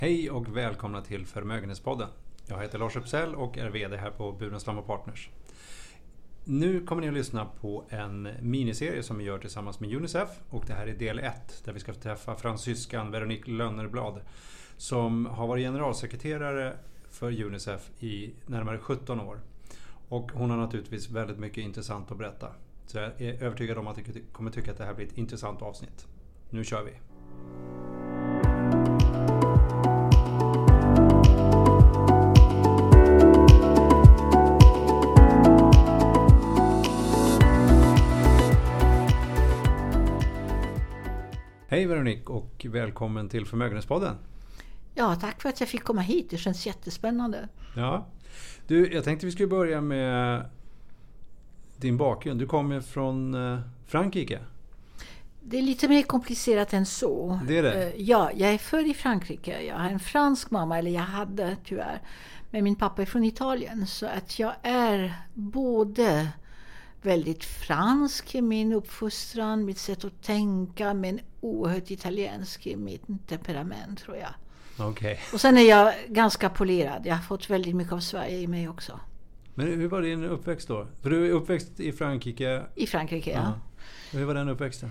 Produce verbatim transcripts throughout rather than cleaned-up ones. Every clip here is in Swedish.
Hej och välkomna till Förmögenhetspodden. Jag heter Lars Uppsell och är vd här på Burenstam och Partners. Nu kommer ni att lyssna på en miniserie som vi gör tillsammans med Unicef, och det här är del ett där vi ska träffa fransyskan Veronique Lönnerblad som har varit generalsekreterare för Unicef i närmare sjutton år. Och hon har naturligtvis väldigt mycket intressant att berätta. Så jag är övertygad om att ni kommer tycka att det här blir ett intressant avsnitt. Nu kör vi! Hej Veronique och välkommen till Förmögenhetspodden. Ja, tack för att jag fick komma hit. Det känns jättespännande. Ja. Du, jag tänkte vi skulle börja med din bakgrund. Du kommer från Frankrike. Det är lite mer komplicerat än så. Det är det? Ja, jag är född i Frankrike. Jag har en fransk mamma, eller jag hade tyvärr. Men min pappa är från Italien. Så att jag är både väldigt fransk i min uppfostran, mitt sätt att tänka, men oerhört italiensk i mitt temperament, tror jag. Okay. Och sen är jag ganska polerad. Jag har fått väldigt mycket av Sverige i mig också. Men hur var din uppväxt då? För du är uppväxt i Frankrike. I Frankrike, ja. ja. Hur var den uppväxten?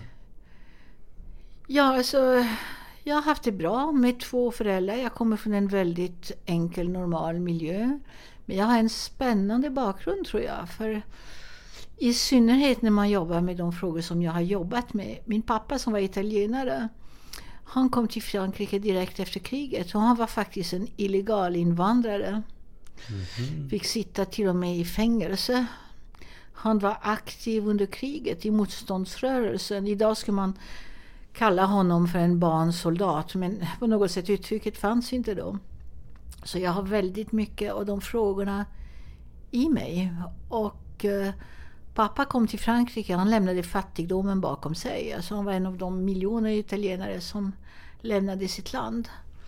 Ja, alltså jag har haft det bra med två föräldrar. Jag kommer från en väldigt enkel, normal miljö. Men jag har en spännande bakgrund, tror jag. För i synnerhet när man jobbar med de frågor som jag har jobbat med. Min pappa som var italienare, han kom till Frankrike direkt efter kriget. Och han var faktiskt en illegal invandrare. Mm-hmm. Fick sitta till och med i fängelse. Han var aktiv under kriget i motståndsrörelsen. Idag ska man kalla honom för en barnsoldat. Men på något sätt uttrycket fanns inte då. Så jag har väldigt mycket av de frågorna i mig. Och eh, pappa kom till Frankrike. Han lämnade fattigdomen bakom sig. Alltså han var en av de miljoner italienare som lämnade sitt land.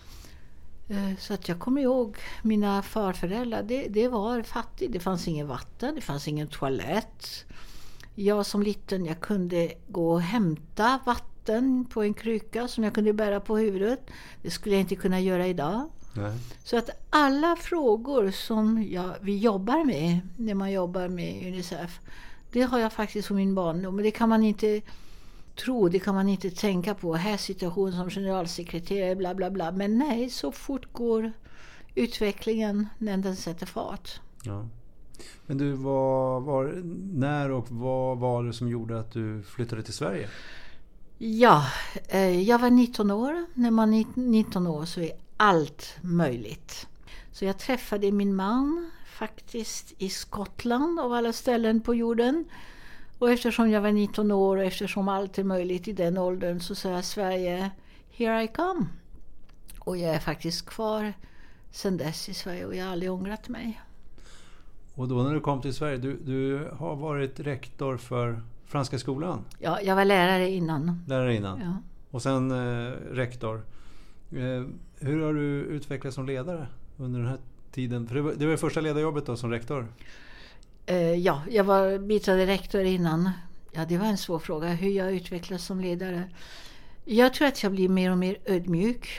Eh, så att jag kommer ihåg mina farföräldrar. Det, det var fattigt. Det fanns ingen vatten. Det fanns ingen toalett. Jag som liten, jag kunde gå och hämta vatten på en kryka som jag kunde bära på huvudet. Det skulle jag inte kunna göra idag. Nej. Så att alla frågor som jag, vi jobbar med när man jobbar med Unicef, det har jag faktiskt från min barndom. Men det kan man inte tro, det kan man inte tänka på. Här situation som generalsekreterare, bla bla bla. Men nej, så fort går utvecklingen när den sätter fart. Ja. Men du, var, var, när och vad var det som gjorde att du flyttade till Sverige? Ja, eh, jag var nitton år. När man är nitton år så är allt möjligt. Så jag träffade min man faktiskt i Skottland av alla ställen på jorden. Och eftersom jag var nitton år och eftersom allt är möjligt i den åldern så sa jag Sverige, here I come. Och jag är faktiskt kvar sedan dess i Sverige och jag har aldrig ångrat mig. Och då när du kom till Sverige, du, du har varit rektor för Franska skolan? Ja, jag var lärare innan. Lärare innan? Ja. Och sen eh, rektor. Eh, hur har du utvecklats som ledare under den här tiden? För det var det var första ledarjobbet då som rektor? Eh, ja, jag var biträdande rektor innan. Ja, det var en svår fråga. Hur jag utvecklas som ledare. Jag tror att jag blir mer och mer ödmjuk.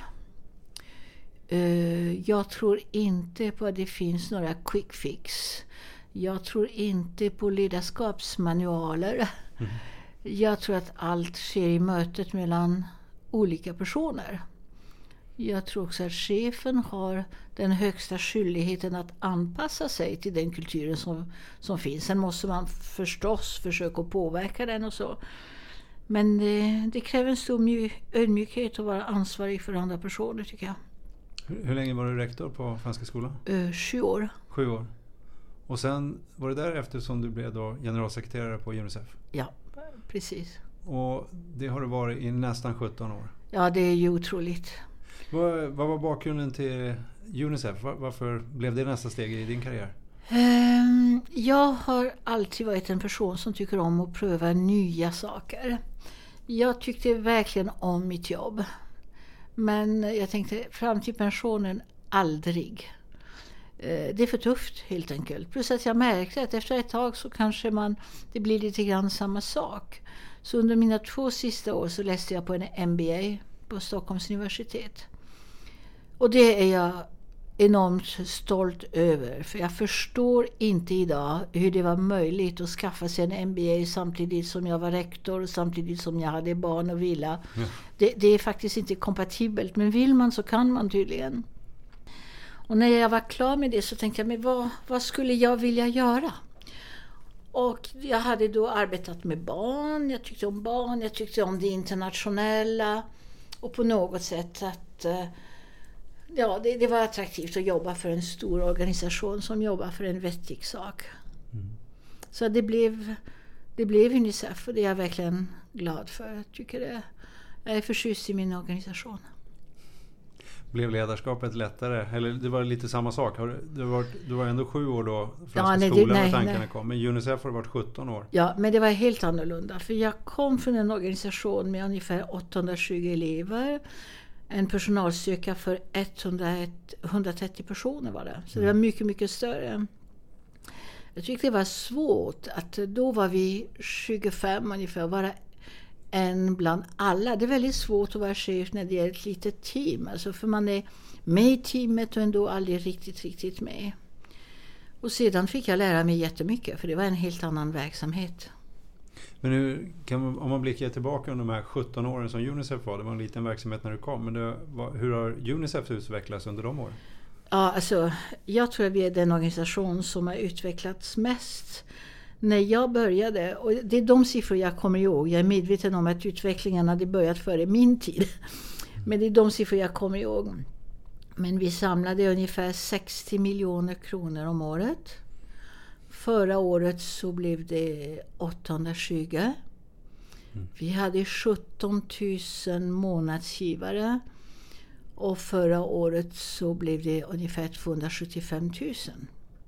Uh, jag tror inte på att det finns några quick fix. Jag tror inte på ledarskapsmanualer. Mm. Jag tror att allt sker i mötet mellan olika personer. Jag tror också att chefen har den högsta skyldigheten att anpassa sig till den kulturen som, som finns. Sen måste man förstås försöka påverka den och så. Men det, det kräver en stor mjuk, ödmjukhet att vara ansvarig för andra personer, tycker jag. Hur, hur länge var du rektor på Franska skolan? Uh, sju år. Sju år. Och sen var det därefter som du blev då generalsekreterare på Unicef? Ja, precis. Och det har du varit i nästan sjutton år? Ja, det är ju otroligt. Vad, vad var bakgrunden till Unicef? Var, varför blev det nästa steg i din karriär? Um, jag har alltid varit en person som tycker om att pröva nya saker. Jag tyckte verkligen om mitt jobb. Men jag tänkte fram till pensionen aldrig. Det är för tufft helt enkelt. Plus att jag märkte att efter ett tag så kanske man, det blir lite grann samma sak. Så under mina två sista år så läste jag på en M B A på Stockholms universitet. Och det är jag enormt stolt över. För jag förstår inte idag hur det var möjligt att skaffa sig en M B A samtidigt som jag var rektor och samtidigt som jag hade barn och villa. Ja. Det, det är faktiskt inte kompatibelt, men vill man så kan man tydligen. Och när jag var klar med det så tänkte jag, men vad, vad skulle jag vilja göra? Och jag hade då arbetat med barn, jag tyckte om barn, jag tyckte om det internationella och på något sätt att ja, det, det var attraktivt att jobba för en stor organisation som jobbar för en vettig sak. Mm. Så det blev, det blev Unicef och det är jag verkligen glad för. Jag tycker det, jag är förtjust i min organisation. Blev ledarskapet lättare? Eller det var lite samma sak. Du var, du var ändå sju år då, Franska ja, nej, skolan nej, när tankarna nej. kom. Men Unicef har varit sjutton år. Ja, men det var helt annorlunda. För jag kom från en organisation med ungefär åttahundratjugo elever. En personalstyrka för etthundratrettio personer var det. Så det var mycket, mycket större. Jag tyckte det var svårt att då var vi tjugofem ungefär, vara en bland alla. Det är väldigt svårt att vara chef när det är ett litet team. Alltså för man är med i teamet och ändå aldrig riktigt, riktigt med. Och sedan fick jag lära mig jättemycket för det var en helt annan verksamhet. Men nu, kan man, om man blickar tillbaka under de här sjutton åren som Unicef var, det var en liten verksamhet när du kom, men det var, hur har Unicef utvecklats under de åren? Ja, alltså, jag tror att vi är den organisation som har utvecklats mest. När jag började, och det är de siffror jag kommer ihåg, jag är medveten om att utvecklingen hade börjat före min tid, men det är de siffror jag kommer ihåg. Men vi samlade ungefär sextio miljoner kronor om året. Förra året så blev det åttahundratjugo. Mm. Vi hade sjutton tusen månadsgivare. Och förra året så blev det ungefär tvåhundrasjuttiofem tusen.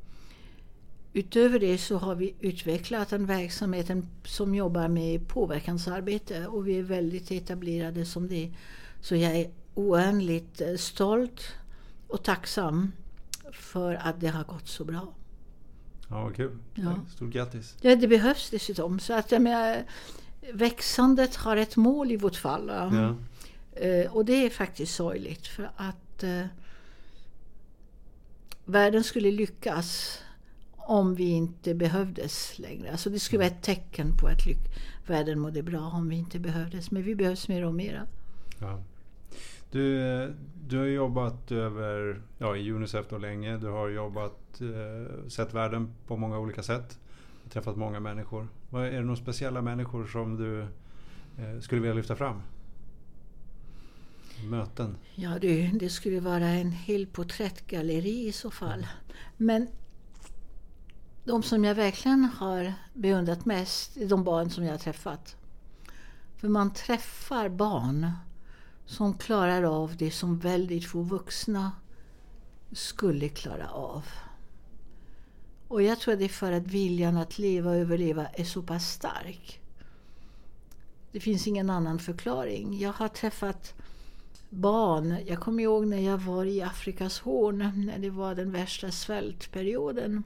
Utöver det så har vi utvecklat en verksamhet som jobbar med påverkansarbete. Och vi är väldigt etablerade som det. Så jag är oändligt stolt och tacksam för att det har gått så bra. Ja, vad kul. Ja. Stort grattis. Ja, det behövs dessutom. Så att jag menar, växandet har ett mål i vårt fall. Ja. Uh, och det är faktiskt sorgligt. För att uh, världen skulle lyckas om vi inte behövdes längre. Alltså det skulle vara ett tecken på att lyck- världen mådde bra om vi inte behövdes. Men vi behövs mer och mer. Ja. Du, du har jobbat över, ja, i Unicef då länge. Du har jobbat, eh, sett världen på många olika sätt. Träffat många människor. Vad är det några speciella människor som du eh, skulle vilja lyfta fram? Möten? Ja, det, det skulle vara en hel porträttgalleri i så fall. Men de som jag verkligen har beundrat mest är de barn som jag har träffat. För man träffar barn som klarar av det som väldigt få vuxna skulle klara av. Och jag tror att det är för att viljan att leva och överleva är så pass stark. Det finns ingen annan förklaring. Jag har träffat barn. Jag kommer ihåg när jag var i Afrikas horn, när det var den värsta svältperioden.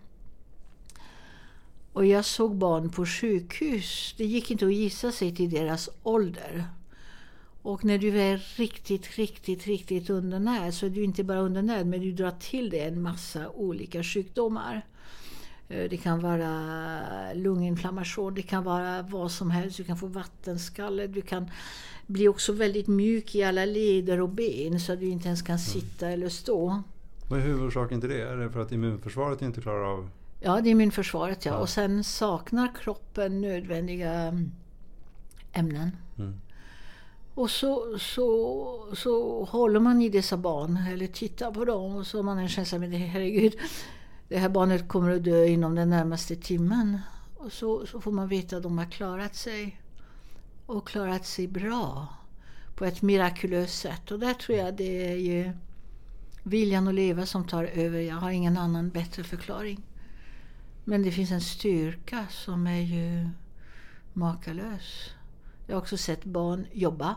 Och jag såg barn på sjukhus. Det gick inte att gissa sig till deras ålder. Och när du är riktigt, riktigt, riktigt undernärd så är du inte bara undernärd, men du drar till dig en massa olika sjukdomar. Det kan vara lunginflammation, det kan vara vad som helst. Du kan få vattenskalle, du kan bli också väldigt mjuk i alla leder och ben så att du inte ens kan sitta mm. eller stå. Vad är huvudorsaken till det? Är det för att immunförsvaret inte klarar av? Ja, det är immunförsvaret, ja. ja. Och sen saknar kroppen nödvändiga ämnen. Mm. Och så, så, så håller man i dessa barn eller tittar på dem och så har man en känsla med det, herregud, det här barnet kommer att dö inom den närmaste timmen. Och så, så får man veta att de har klarat sig och klarat sig bra på ett mirakulöst sätt. Och där tror jag det är ju viljan att leva som tar över. Jag har ingen annan bättre förklaring. Men det finns en styrka som är ju makalös. Jag har också sett barn jobba.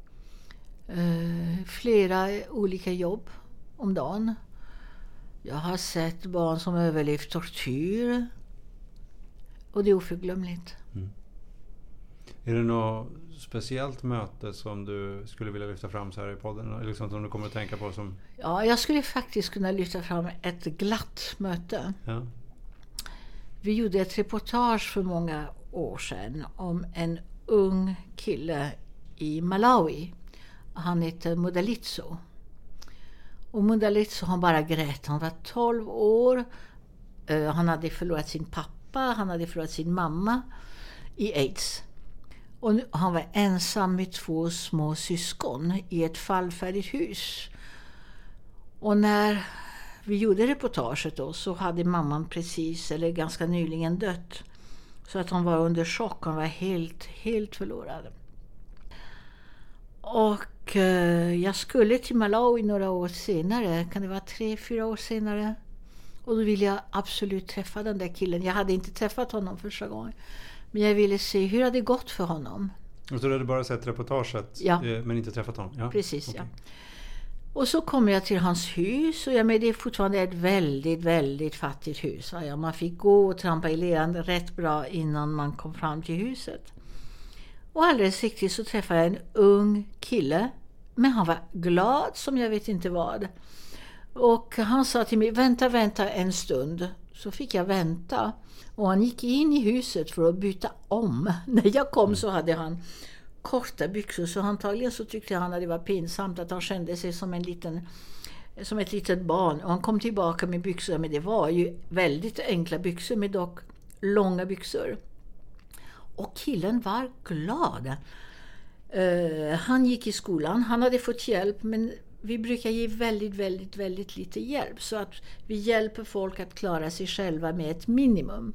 Uh, flera olika jobb om dagen. Jag har sett barn som överlevt tortyr. Och det är oförglömligt. Mm. Är det något speciellt möte som du skulle vilja lyfta fram så här i podden? Eller liksom som du kommer att tänka på som... Ja, jag skulle faktiskt kunna lyfta fram ett glatt möte. Ja. Vi gjorde ett reportage för många år sedan om en ung kille i Malawi. Han heter Mudalitso. Och Mudalitso, han bara grät. Han var tolv år. Uh, han hade förlorat sin pappa. Han hade förlorat sin mamma i AIDS. Och nu, han var ensam med två små syskon i ett fallfärdigt hus. Och när vi gjorde reportaget då, så hade mamman precis eller ganska nyligen dött. Så att hon var under chock. Hon var helt, helt förlorad. Och eh, jag skulle till Malawi några år senare. Kan det vara tre, fyra år senare? Och då ville jag absolut träffa den där killen. Jag hade inte träffat honom första gången. Men jag ville se hur det hade gått för honom. Och så du hade bara sett reportaget, ja. Men inte träffat honom? Ja, precis. Okay. Ja. Och så kom jag till hans hus. Och jag med det är fortfarande ett väldigt, väldigt fattigt hus. Ja, man fick gå och trampa i leran rätt bra innan man kom fram till huset. Och alldeles riktigt så träffade jag en ung kille. Men han var glad som jag vet inte vad. Och han sa till mig, vänta, vänta en stund. Så fick jag vänta. Och han gick in i huset för att byta om. När jag kom så hade han korta byxor. Så antagligen så tyckte han att det var pinsamt att han kände sig som en liten, som ett litet barn. Och han kom tillbaka med byxor. Men det var ju väldigt enkla byxor med dock långa byxor. Och killen var glad. Uh, han gick i skolan. Han hade fått hjälp, men vi brukar ge väldigt, väldigt, väldigt lite hjälp. Så att vi hjälper folk att klara sig själva med ett minimum.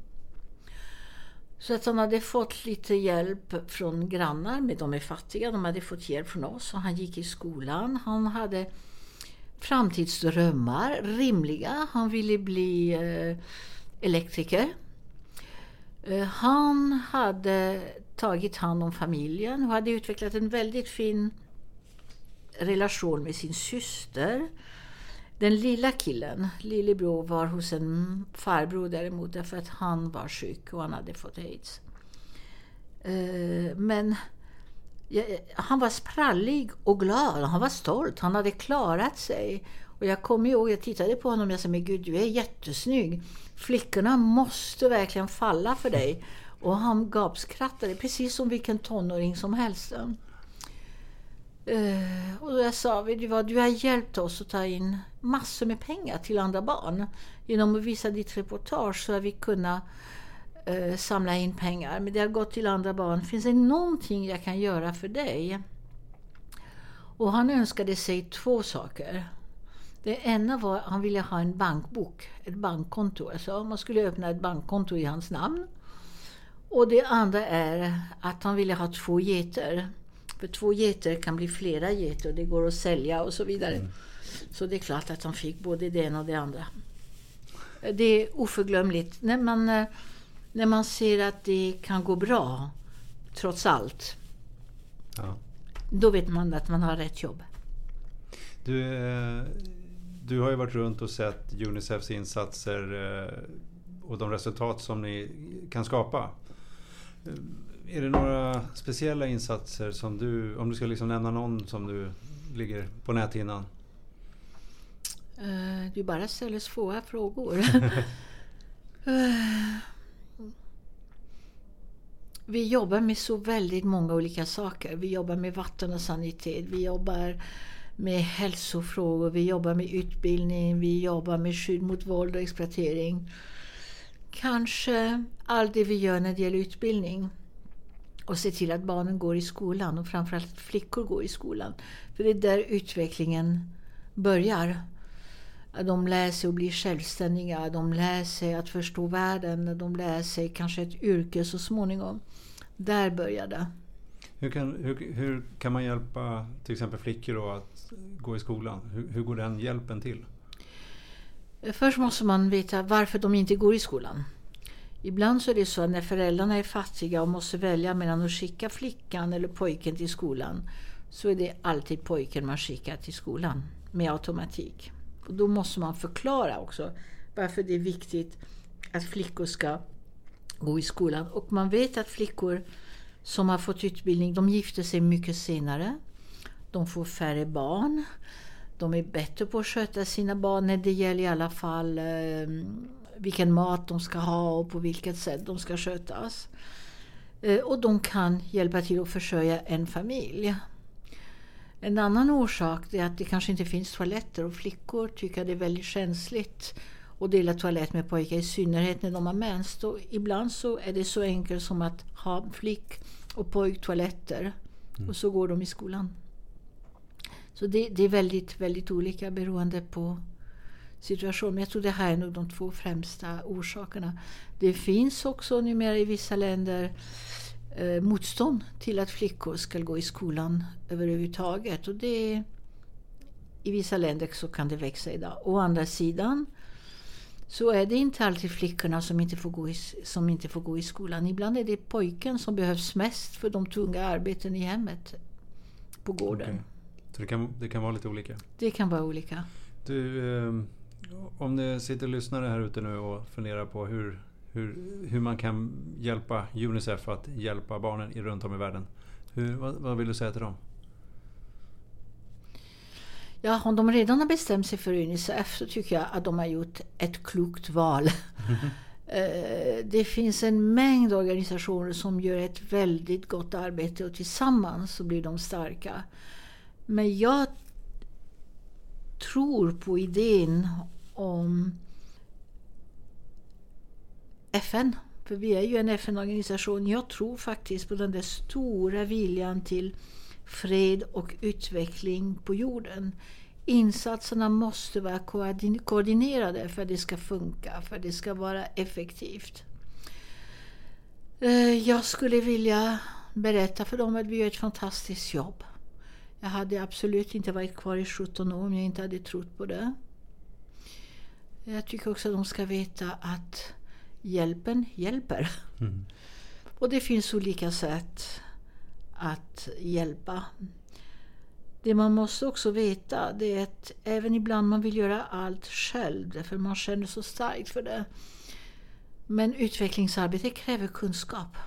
Så att han hade fått lite hjälp från grannar, men de är fattiga. De hade fått hjälp från oss. Och han gick i skolan. Han hade framtidsdrömmar, rimliga. Han ville bli uh, elektriker. Uh, han hade tagit hand om familjen och hade utvecklat en väldigt fin relation med sin syster. Den lilla killen, lillebror, var hos en farbror däremot därför att han var sjuk och han hade fått AIDS. Uh, men ja, han var sprallig och glad. Han var stolt. Han hade klarat sig. Och jag kommer ihåg, jag tittade på honom och jag sa, men gud, du är jättesnygg. Flickorna måste verkligen falla för dig. Och han gapskrattade precis som vilken tonåring som helst. Uh, och jag sa, vet du vad, du har hjälpt oss att ta in massor med pengar till andra barn. Genom att visa ditt reportage så har vi kunnat uh, samla in pengar. Men det har gått till andra barn. Finns det någonting jag kan göra för dig? Och han önskade sig två saker. Det ena var att han ville ha en bankbok, ett bankkonto. Alltså man skulle öppna ett bankkonto i hans namn. Och det andra är att han ville ha två geter. För två geter kan bli flera geter och det går att sälja och så vidare. Mm. Så det är klart att han fick både det ena och det andra. Det är oförglömligt. När man, när man ser att det kan gå bra, trots allt. Ja. Då vet man att man har rätt jobb. Du, du har ju varit runt och sett Unicefs insatser och de resultat som ni kan skapa. Är det några speciella insatser som du, om du ska liksom nämna någon som du ligger på näthinnan? Uh, du bara ställer svåra frågor. Vi jobbar med så väldigt många olika saker. Vi jobbar med vatten och sanitet. Vi jobbar med hälsofrågor. Vi jobbar med utbildning. Vi jobbar med skydd mot våld och exploatering. Kanske allt det vi gör när det gäller utbildning. Och se till att barnen går i skolan. Och framförallt flickor går i skolan. För det är där utvecklingen börjar. De lär sig att bli självständiga. De lär sig att förstå världen. De lär sig kanske ett yrke så småningom. Där börjar det. Hur kan, hur, hur kan man hjälpa till exempel flickor då att gå i skolan? Hur, hur går den hjälpen till? Först måste man veta varför de inte går i skolan. Ibland så är det så att när föräldrarna är fattiga och måste välja mellan att skicka flickan eller pojken till skolan, så är det alltid pojken man skickar till skolan med automatik. Och då måste man förklara också varför det är viktigt att flickor ska gå i skolan. Och man vet att flickor som har fått utbildning, de gifter sig mycket senare. De får färre barn. De är bättre på att sköta sina barn när det gäller i alla fall eh, vilken mat de ska ha och på vilket sätt de ska skötas. Eh, och de kan hjälpa till att försörja en familj. En annan orsak är att det kanske inte finns toaletter och flickor tycker att det är väldigt känsligt att dela toalett med pojkar, i synnerhet när de har mens. Och ibland så är det så enkelt som att ha flick- och pojktoaletter mm. och så går de i skolan. Så det, det är väldigt, väldigt olika beroende på situationen. Men jag tror det här är nog de två främsta orsakerna. Det finns också numera i vissa länder eh, motstånd till att flickor ska gå i skolan överhuvudtaget. Och det, i vissa länder så kan det växa idag. Å andra sidan så är det inte alltid flickorna som inte får gå i, som inte får gå i skolan. Ibland är det pojken som behövs mest för de tunga arbeten i hemmet på gården. Okay. Så det kan, det kan vara lite olika? Det kan vara olika. Du, eh, om det sitter lyssnare här ute nu och funderar på hur, hur, hur man kan hjälpa Unicef att hjälpa barnen i, runt om i världen. Hur, vad, vad vill du säga till dem? Ja, om de redan har bestämt sig för Unicef så tycker jag att de har gjort ett klokt val. Mm. Det finns en mängd organisationer som gör ett väldigt gott arbete och tillsammans så blir de starka. Men jag tror på idén om F N. För vi är ju en F N-organisation. Jag tror faktiskt på den där stora viljan till fred och utveckling på jorden. Insatserna måste vara koordinerade för att det ska funka, för att det ska vara effektivt. Jag skulle vilja berätta för dem att vi gör ett fantastiskt jobb. Jag hade absolut inte varit kvar i sjutton år om jag inte hade trott på det. Jag tycker också att de ska veta att hjälpen hjälper. Mm. Och det finns olika sätt att hjälpa. Det man måste också veta det är att även ibland man vill göra allt själv för man känner så starkt för det. Men utvecklingsarbete kräver kunskap.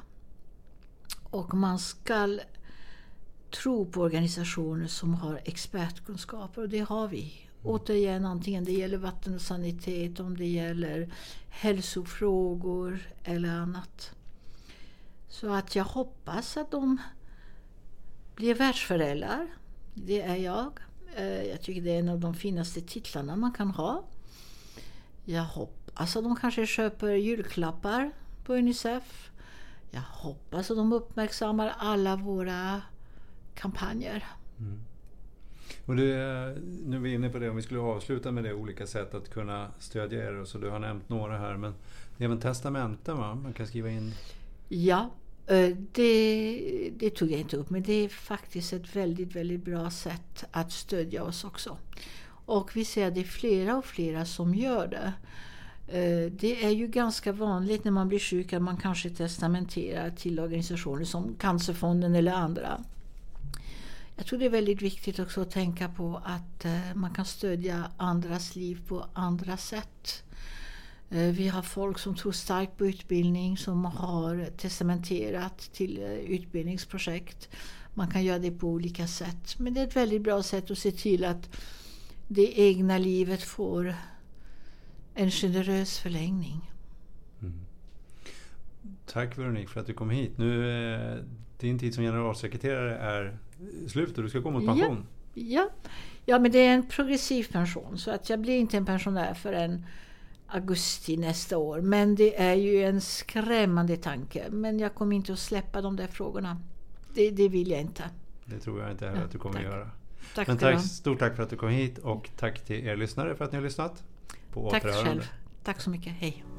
Och man ska tro på organisationer som har expertkunskaper och det har vi. Återigen, antingen det gäller vatten och sanitet, om det gäller hälsofrågor eller annat. Så att jag hoppas att de blir världsföräldrar. Det är jag. Jag tycker det är en av de finaste titlarna man kan ha. Jag hoppas att de kanske köper julklappar på Unicef. Jag hoppas att de uppmärksammar alla våra kampanjer. Mm. Och det, nu är vi inne på det, om vi skulle avsluta med det, olika sätt att kunna stödja er. Så du har nämnt några här, men det är även testamenten, va? Man kan skriva in. Ja, det, det tog jag inte upp, men det är faktiskt ett väldigt, väldigt bra sätt att stödja oss också. Och vi ser att det är flera och flera som gör det. Det är ju ganska vanligt när man blir sjuk att man kanske testamenterar till organisationer som Cancerfonden eller andra. Jag tror det är väldigt viktigt också att tänka på att man kan stödja andras liv på andra sätt. Vi har folk som tror starkt på utbildning som har testamenterat till utbildningsprojekt. Man kan göra det på olika sätt. Men det är ett väldigt bra sätt att se till att det egna livet får en generös förlängning. Mm. Tack Veronique för att du kom hit. Nu eh, din tid som generalsekreterare är slut och du ska gå mot pension. Ja, ja. ja, men det är en progressiv pension så att jag blir inte en pensionär förrän augusti nästa år. Men det är ju en skrämmande tanke. Men jag kommer inte att släppa de där frågorna. Det, det vill jag inte. Det tror jag inte heller ja, att du kommer tack. att göra. Tack men tack, stort tack för att du kom hit och tack till er lyssnare för att ni har lyssnat på Tack återhörande. själv. Tack så mycket. Hej.